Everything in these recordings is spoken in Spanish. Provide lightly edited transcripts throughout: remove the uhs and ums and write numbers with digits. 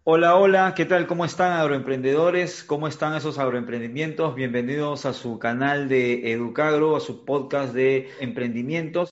Hola, hola, ¿qué tal? ¿Cómo están agroemprendedores? ¿Cómo están esos agroemprendimientos? Bienvenidos a su canal de Educagro, a su podcast de emprendimientos.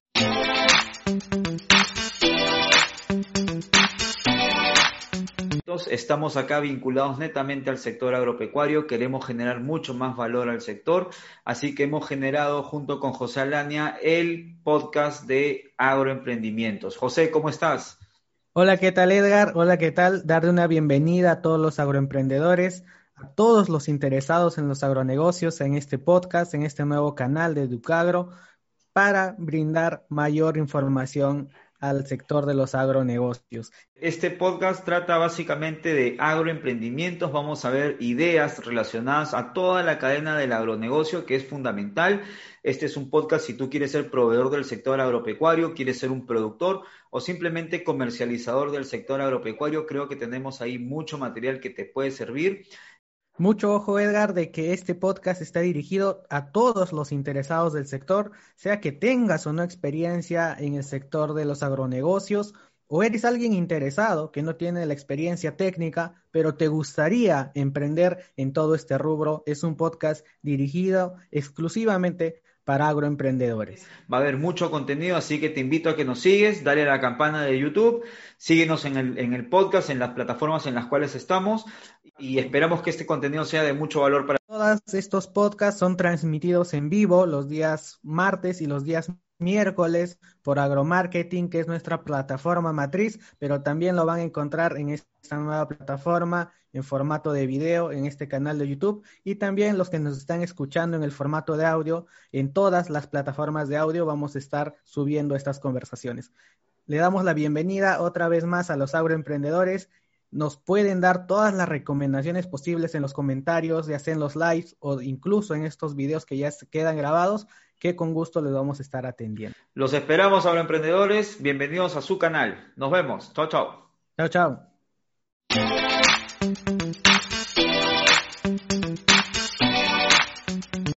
Estamos acá vinculados netamente al sector agropecuario, queremos generar mucho más valor al sector, así que hemos generado junto con José Alania el podcast de agroemprendimientos. José, ¿cómo estás? Hola, ¿qué tal Edgar? Hola, ¿qué tal? Darle una bienvenida a todos los agroemprendedores, a todos los interesados en los agronegocios, en este podcast, en este nuevo canal de Educagro, para brindar mayor información al sector de los agronegocios. Este podcast trata básicamente de agroemprendimientos. Vamos a ver ideas relacionadas a toda la cadena del agronegocio, que es fundamental. Este es un podcast si tú quieres ser proveedor del sector agropecuario, quieres ser un productor o simplemente comercializador del sector agropecuario. Creo que tenemos ahí mucho material que te puede servir. Mucho ojo, Edgar, de que este podcast está dirigido a todos los interesados del sector, sea que tengas o no experiencia en el sector de los agronegocios, o eres alguien interesado que no tiene la experiencia técnica, pero te gustaría emprender en todo este rubro. Es un podcast dirigido exclusivamente para agroemprendedores. Va a haber mucho contenido, así que te invito a que nos sigues, dale a la campana de YouTube, síguenos en el podcast, en las plataformas en las cuales estamos y esperamos que este contenido sea de mucho valor para. Todos estos podcasts son transmitidos en vivo los días martes y los días miércoles por Agromarketing, que es nuestra plataforma matriz, pero también lo van a encontrar en esta nueva plataforma en formato de video en este canal de YouTube y también los que nos están escuchando en el formato de audio, en todas las plataformas de audio vamos a estar subiendo estas conversaciones. Le damos la bienvenida otra vez más a los agroemprendedores. Nos pueden dar todas las recomendaciones posibles en los comentarios, ya sea en los lives o incluso en estos videos que ya quedan grabados, que con gusto les vamos a estar atendiendo. Los esperamos, agroemprendedores, bienvenidos a su canal. Nos vemos, chao, chao. Chao, chao.